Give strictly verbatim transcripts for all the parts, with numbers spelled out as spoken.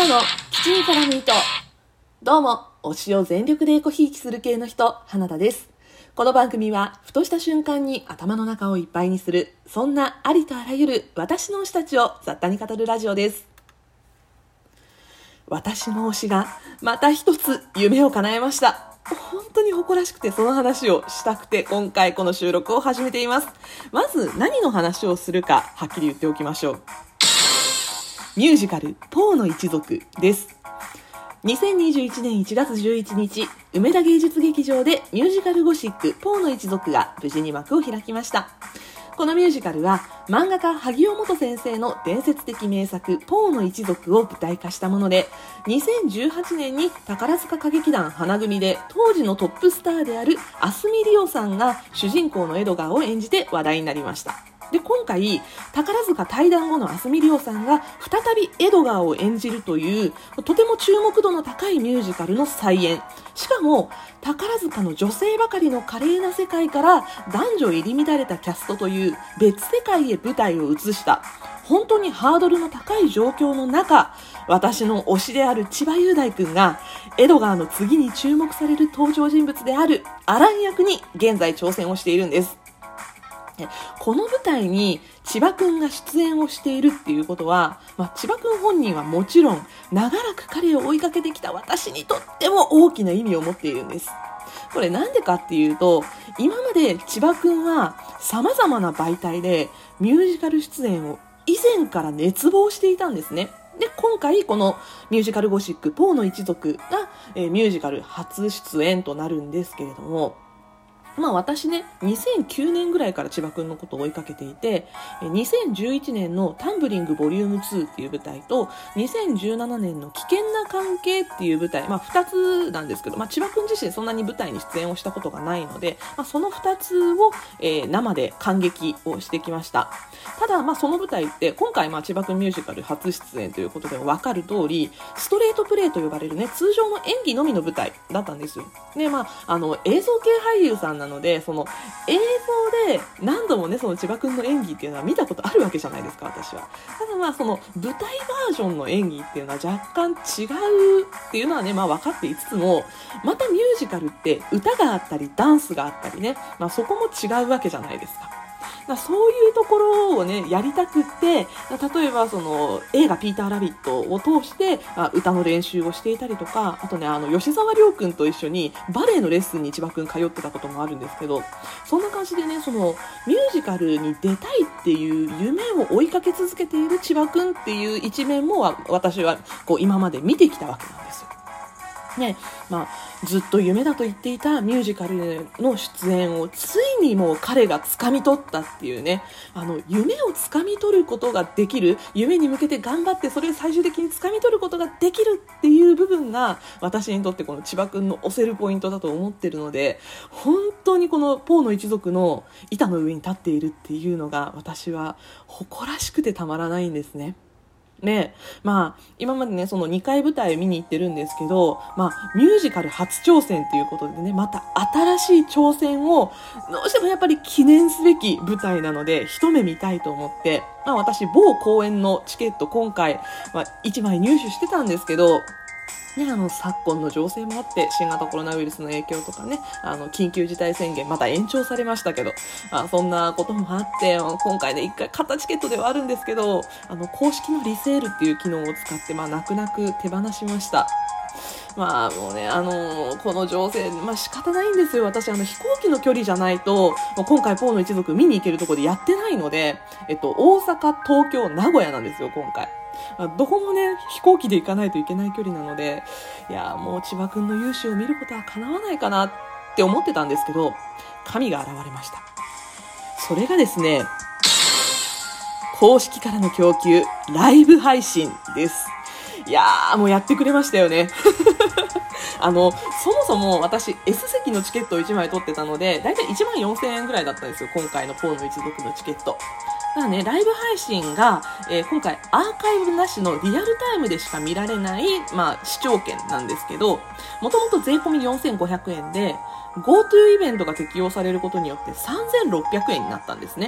花の口に絡む糸。どうも、推しを全力でエコひいきする系の人、花田です。この番組は、ふとした瞬間に頭の中をいっぱいにする、そんなありとあらゆる私の推したちを雑多に語るラジオです。私の推しがまた一つ夢を叶えました。本当に誇らしくてその話をしたくて今回この収録を始めています。まず何の話をするかはっきり言っておきましょう。ミュージカルポーの一族です。にせんにじゅういちねんいちがつじゅういちにち、梅田芸術劇場でミュージカルゴシックポーの一族が無事に幕を開きました。このミュージカルは漫画家萩尾元先生の伝説的名作ポーの一族を舞台化したもので、にせんじゅうはちねんに宝塚歌劇団花組で当時のトップスターである明日海りおさんが主人公のエドガーを演じて話題になりました。で、今回宝塚退団後の明日海りおさんが再びエドガーを演じるというとても注目度の高いミュージカルの再演。しかも宝塚の女性ばかりの華麗な世界から男女入り乱れたキャストという別世界へ舞台を移した本当にハードルの高い状況の中、私の推しである千葉雄大くんがエドガーの次に注目される登場人物であるアラン役に現在挑戦をしているんです。この舞台に千葉くんが出演をしているっていうことは、まあ、千葉くん本人はもちろん長らく彼を追いかけてきた私にとっても大きな意味を持っているんです。これなんでかっていうと、今まで千葉くんは様々な媒体でミュージカル出演を以前から熱望していたんですね。で、今回このミュージカルゴシックポーの一族が、えー、ミュージカル初出演となるんですけれども、まあ私ね、にせんきゅうねんぐらいから千葉くんのことを追いかけていて、にせんじゅういちねんのタンブリングボリュームツーっていう舞台と、にせんじゅうななねんの危険な関係っていう舞台、まあ二つなんですけど、まあ千葉くん自身そんなに舞台に出演をしたことがないので、まあその二つを、えー、生で感激をしてきました。ただまあその舞台って今回まあ千葉くんミュージカル初出演ということで分かる通り、ストレートプレイと呼ばれるね、通常の演技のみの舞台だったんですよ。で、まああの映像系俳優さんななので、その映像で何度もね、その千葉くんの演技っていうのは見たことあるわけじゃないですか、私は。ただまあその舞台バージョンの演技っていうのは若干違うっていうのはね、まあ分かっていつつも、またミュージカルって歌があったりダンスがあったりね、まあそこも違うわけじゃないですか。そういうところをね、やりたくって、例えばその映画ピーターラビットを通して歌の練習をしていたりとか、あとね、あの吉沢亮くんと一緒にバレエのレッスンに千葉くん通ってたこともあるんですけど、そんな感じでね、そのミュージカルに出たいっていう夢を追いかけ続けている千葉くんっていう一面も私はこう今まで見てきたわけなんですよ。ね、まあ、ずっと夢だと言っていたミュージカルの出演をついにもう彼が掴み取ったっていうね、あの夢を掴み取ることができる、夢に向けて頑張ってそれを最終的に掴み取ることができるっていう部分が私にとってこの千葉くんの押せるポイントだと思ってるので、本当にこのポーの一族の板の上に立っているっていうのが私は誇らしくてたまらないんですね。ね、まあ今までね、そのにかい舞台見に行ってるんですけど、まあミュージカル初挑戦ということでね、また新しい挑戦をどうしてもやっぱり記念すべき舞台なので一目見たいと思って、まあ私某公演のチケット今回、まあ、いちまい入手してたんですけど、ね、あの昨今の情勢もあって新型コロナウイルスの影響とかね、あの緊急事態宣言また延長されましたけど、あそんなこともあって今回ね一回買ったチケットではあるんですけど、あの公式のリセールっていう機能を使って、まあ、泣く泣く手放しました。まあもうね、あのー、この情勢、まあ仕方ないんですよ。私、あの、飛行機の距離じゃないと、今回ポーの一族見に行けるところでやってないので、えっと、大阪、東京、名古屋なんですよ、今回。どこもね、飛行機で行かないといけない距離なので、いや、もう千葉くんの勇姿を見ることは叶わないかなって思ってたんですけど、神が現れました。それがですね、公式からの供給、ライブ配信です。いやー、もうやってくれましたよね。あの、そもそも私 S 席のチケットをいちまい取ってたので、だいたいいちまんよんせんえんぐらいだったんですよ、今回のポーの一族のチケット。だからね、ライブ配信が、えー、今回アーカイブなしのリアルタイムでしか見られない、まあ、視聴券なんですけど、もともと税込みよんせんごひゃくえんで、GoTo イベントが適用されることによってさんぜんろっぴゃくえんになったんですね。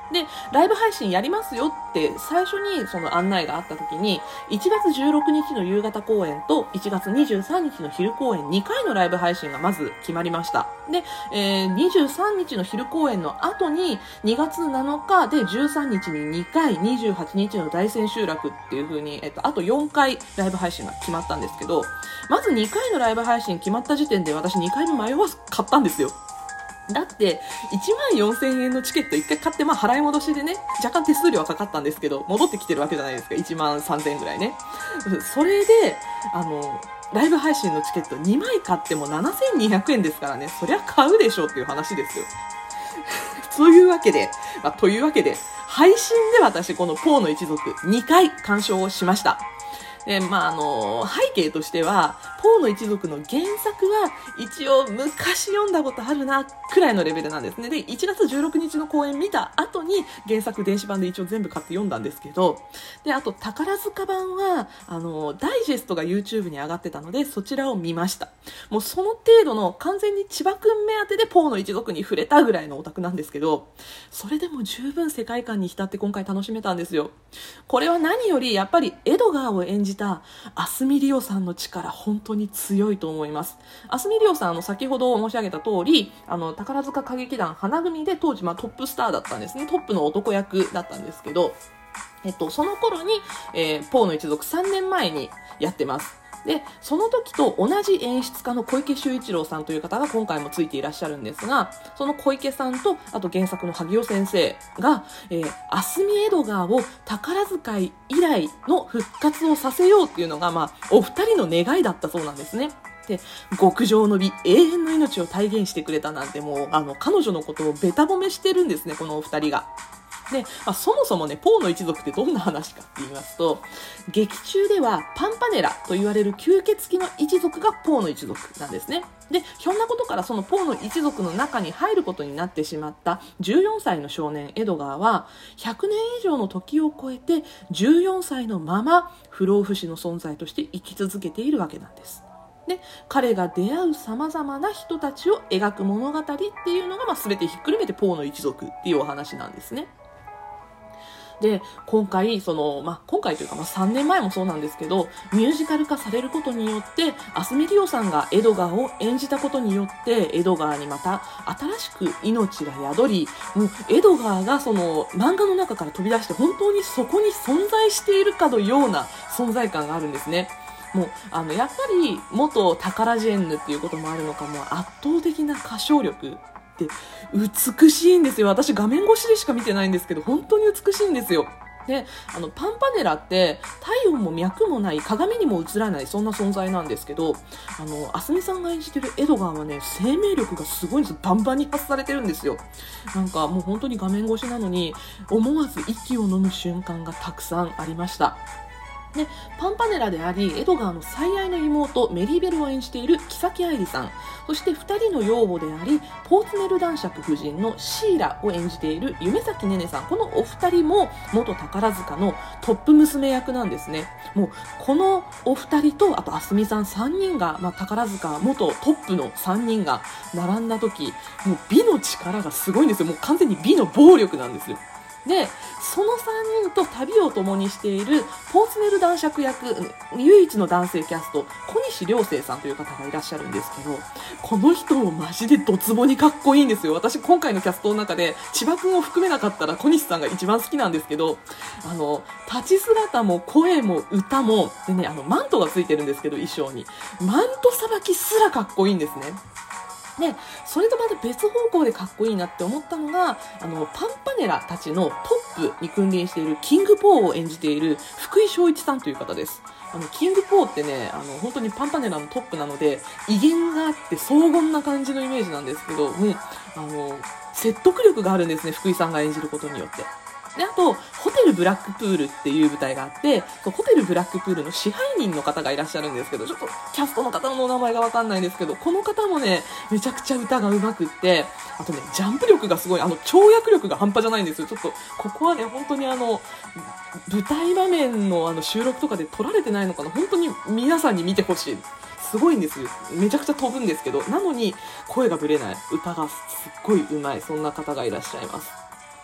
で、ライブ配信やりますよって最初にその案内があった時に、いちがつじゅうろくにちの夕方公演といちがつにじゅうさんにちの昼公演にかいのライブ配信がまず決まりました。で、えー、にじゅうさんにちの昼公演の後ににがつなのかでじゅうさんにちににかい、にじゅうはちにちの大千秋楽っていう風に、えっと、あとよんかいライブ配信が決まったんですけど、まずにかいのライブ配信決まった時点で私にかいめ迷わず買ったんですよ。だって、いちまんよんせんえんのチケットいっかい買って、まあ払い戻しでね、若干手数料はかかったんですけど、戻ってきてるわけじゃないですか。いちまんさんぜんえんぐらいね。それで、あの、ライブ配信のチケットにまい買ってもななせんにひゃくえんですからね、そりゃ買うでしょっていう話ですよ。そういうわけで、まあ、というわけで、配信で私、このポーの一族にかい鑑賞をしました。で、まあ、あの、背景としては、ポーの一族の原作は一応昔読んだことあるな、くらいのレベルなんですね。で、いちがつじゅうろくにちの公演見た後に原作電子版で一応全部買って読んだんですけど、で、あと宝塚版は、あの、ダイジェストが YouTube に上がってたので、そちらを見ました。もうその程度の完全に千葉くん目当てでポーの一族に触れたぐらいのオタクなんですけど、それでも十分世界観に浸って今回楽しめたんですよ。これは何よりやっぱりエドガーを演じた明日海りおさんの力本当に強いと思います。明日海りおさん、あの先ほど申し上げた通り、あの宝塚歌劇団花組で当時まあトップスターだったんですね。トップの男役だったんですけど、えっとその頃に、えー、ポーの一族さんねんまえにやってます。で、その時と同じ演出家の小池秀一郎さんという方が今回もついていらっしゃるんですが、その小池さんと、あと原作の萩尾先生が、えー、明日海エドガーを宝塚以来の復活をさせようっていうのが、まあ、お二人の願いだったそうなんですね。で、極上の美、永遠の命を体現してくれたなんて、もう、あの、彼女のことをベタ褒めしてるんですね、このお二人が。で、まあ、そもそもね、ポーの一族ってどんな話かって言いますと、劇中ではパンパネラと言われる吸血鬼の一族がポーの一族なんですね。で、ひょんなことからそのポーの一族の中に入ることになってしまったじゅうよんさいの少年エドガーは、ひゃくねん以上の時を超えてじゅうよんさいのまま不老不死の存在として生き続けているわけなんです。で、彼が出会う様々な人たちを描く物語っていうのが、まあ、全てひっくるめてポーの一族っていうお話なんですね。で、今回、その、まあ、今回というか、まあ、さんねんまえもそうなんですけど、ミュージカル化されることによって、明日海りおさんがエドガーを演じたことによって、エドガーにまた新しく命が宿り、もう、エドガーがその、漫画の中から飛び出して、本当にそこに存在しているかのような存在感があるんですね。もう、あの、やっぱり、元タカラジェンヌっていうこともあるのか、もう圧倒的な歌唱力。美しいんですよ。私画面越しでしか見てないんですけど、本当に美しいんですよ。で、あのパンパネラって体温も脈もない、鏡にも映らない、そんな存在なんですけど、あの明日海さんが演じてるエドガーはね、生命力がすごいんです。バンバンに発されてるんですよ。なんかもう本当に画面越しなのに思わず息を飲む瞬間がたくさんありました。で、パンパネラであり、エドガーの最愛の妹、メリーベルを演じている木崎愛理さん、そして二人の養母であり、ポーツネル男爵夫人のシーラを演じている夢崎ねねさん、このお二人も元宝塚のトップ娘役なんですね。もう、このお二人と、あと、あすみさんさんにんが、まあ、宝塚元トップのさんにんが並んだ時、もう美の力がすごいんですよ。もう完全に美の暴力なんですよ。で、そのさんにんと旅を共にしているポーツネル男爵役、唯一の男性キャスト、小西良生さんという方がいらっしゃるんですけど、この人もマジでドツボにかっこいいんですよ。私今回のキャストの中で千葉くんを含めなかったら小西さんが一番好きなんですけど、あの立ち姿も声も歌もでね、あのマントがついてるんですけど、衣装にマントさばきすらかっこいいんですね。で、それとまた別方向でかっこいいなって思ったのが、あの、パンパネラたちのトップに君臨しているキングポーを演じている福井翔一さんという方です。あの、キングポーってね、あの、本当にパンパネラのトップなので、威厳があって荘厳な感じのイメージなんですけど、もう、あの、説得力があるんですね、福井さんが演じることによって。で、あと、ホテルブラックプールっていう舞台があって、ホテルブラックプールの支配人の方がいらっしゃるんですけど、ちょっとキャストの方のお名前がわかんないんですけど、この方もね、めちゃくちゃ歌が上手くって、あとね、ジャンプ力がすごい、あの、跳躍力が半端じゃないんですよ。ちょっと、ここはね、本当にあの、舞台場面のあの収録とかで撮られてないのかな、本当に皆さんに見てほしい。すごいんですよ。めちゃくちゃ飛ぶんですけど、なのに声がぶれない、歌がすっごい上手い、そんな方がいらっしゃいます。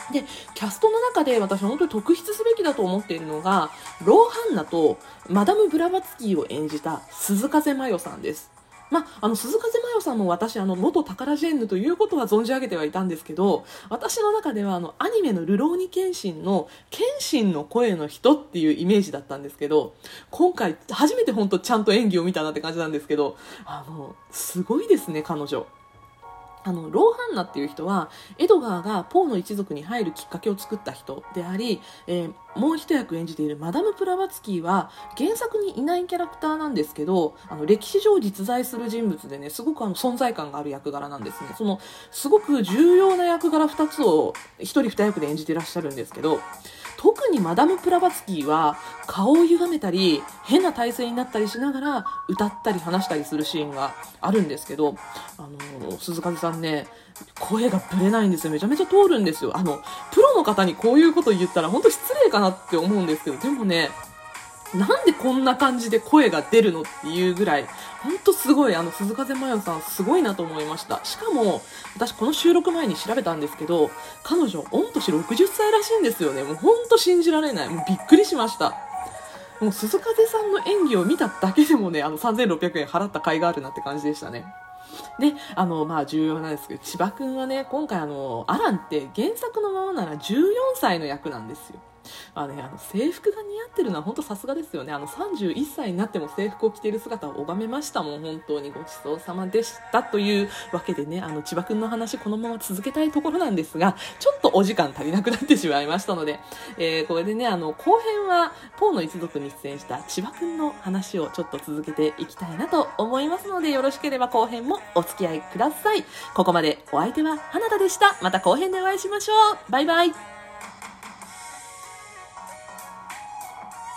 で、キャストの中で私本当に特筆すべきだと思っているのが、ローハンナとマダム・ブラバツキーを演じた鈴風真世さんです。まあ、あの鈴風真世さんも私あの元タカラジェンヌということは存じ上げてはいたんですけど、私の中ではあのアニメのルローニケンシンのケンシンの声の人っていうイメージだったんですけど、今回初めて本当ちゃんと演技を見たなって感じなんですけど、あのすごいですね、彼女。あのローハンナっていう人はエドガーがポーの一族に入るきっかけを作った人であり、えー、もう一役演じているマダム・プラバツキーは原作にいないキャラクターなんですけど、あの歴史上実在する人物でね、すごくあの存在感がある役柄なんですね。そのすごく重要な役柄ふたつを一人二役で演じていらっしゃるんですけど、特にマダム・プラバツキーは顔を歪めたり変な体勢になったりしながら歌ったり話したりするシーンがあるんですけど、あの鈴風さんね、声がぶれないんですよ。めちゃめちゃ通るんですよ。あのプロの方にこういうこと言ったら本当失礼かなって思うんですけど、でもね、なんでこんな感じで声が出るのっていうぐらい本当すごい、あの鈴風真世さんすごいなと思いました。しかも私この収録前に調べたんですけど、彼女御年ろくじゅっさいらしいんですよね。もう本当信じられない。もうびっくりしました。もう鈴風さんの演技を見ただけでもね、あのさんぜんろっぴゃくえん払った甲斐があるなって感じでしたね。で、あの、まあ重要なんですけど、千葉くんはね、今回あの、アランって原作のままならじゅうよんさいの役なんですよ。まあね、あの制服が似合ってるのは本当さすがですよね。あのさんじゅういっさいになっても制服を着ている姿を拝めましたもん。本当にごちそうさまでしたというわけでね、あの千葉くんの話このまま続けたいところなんですが、ちょっとお時間足りなくなってしまいましたので、えー、これでね、あの後編はポーの一族に出演した千葉くんの話をちょっと続けていきたいなと思いますので、よろしければ後編もお付き合いください。ここまでお相手は花田でした。また後編でお会いしましょう。バイバイ。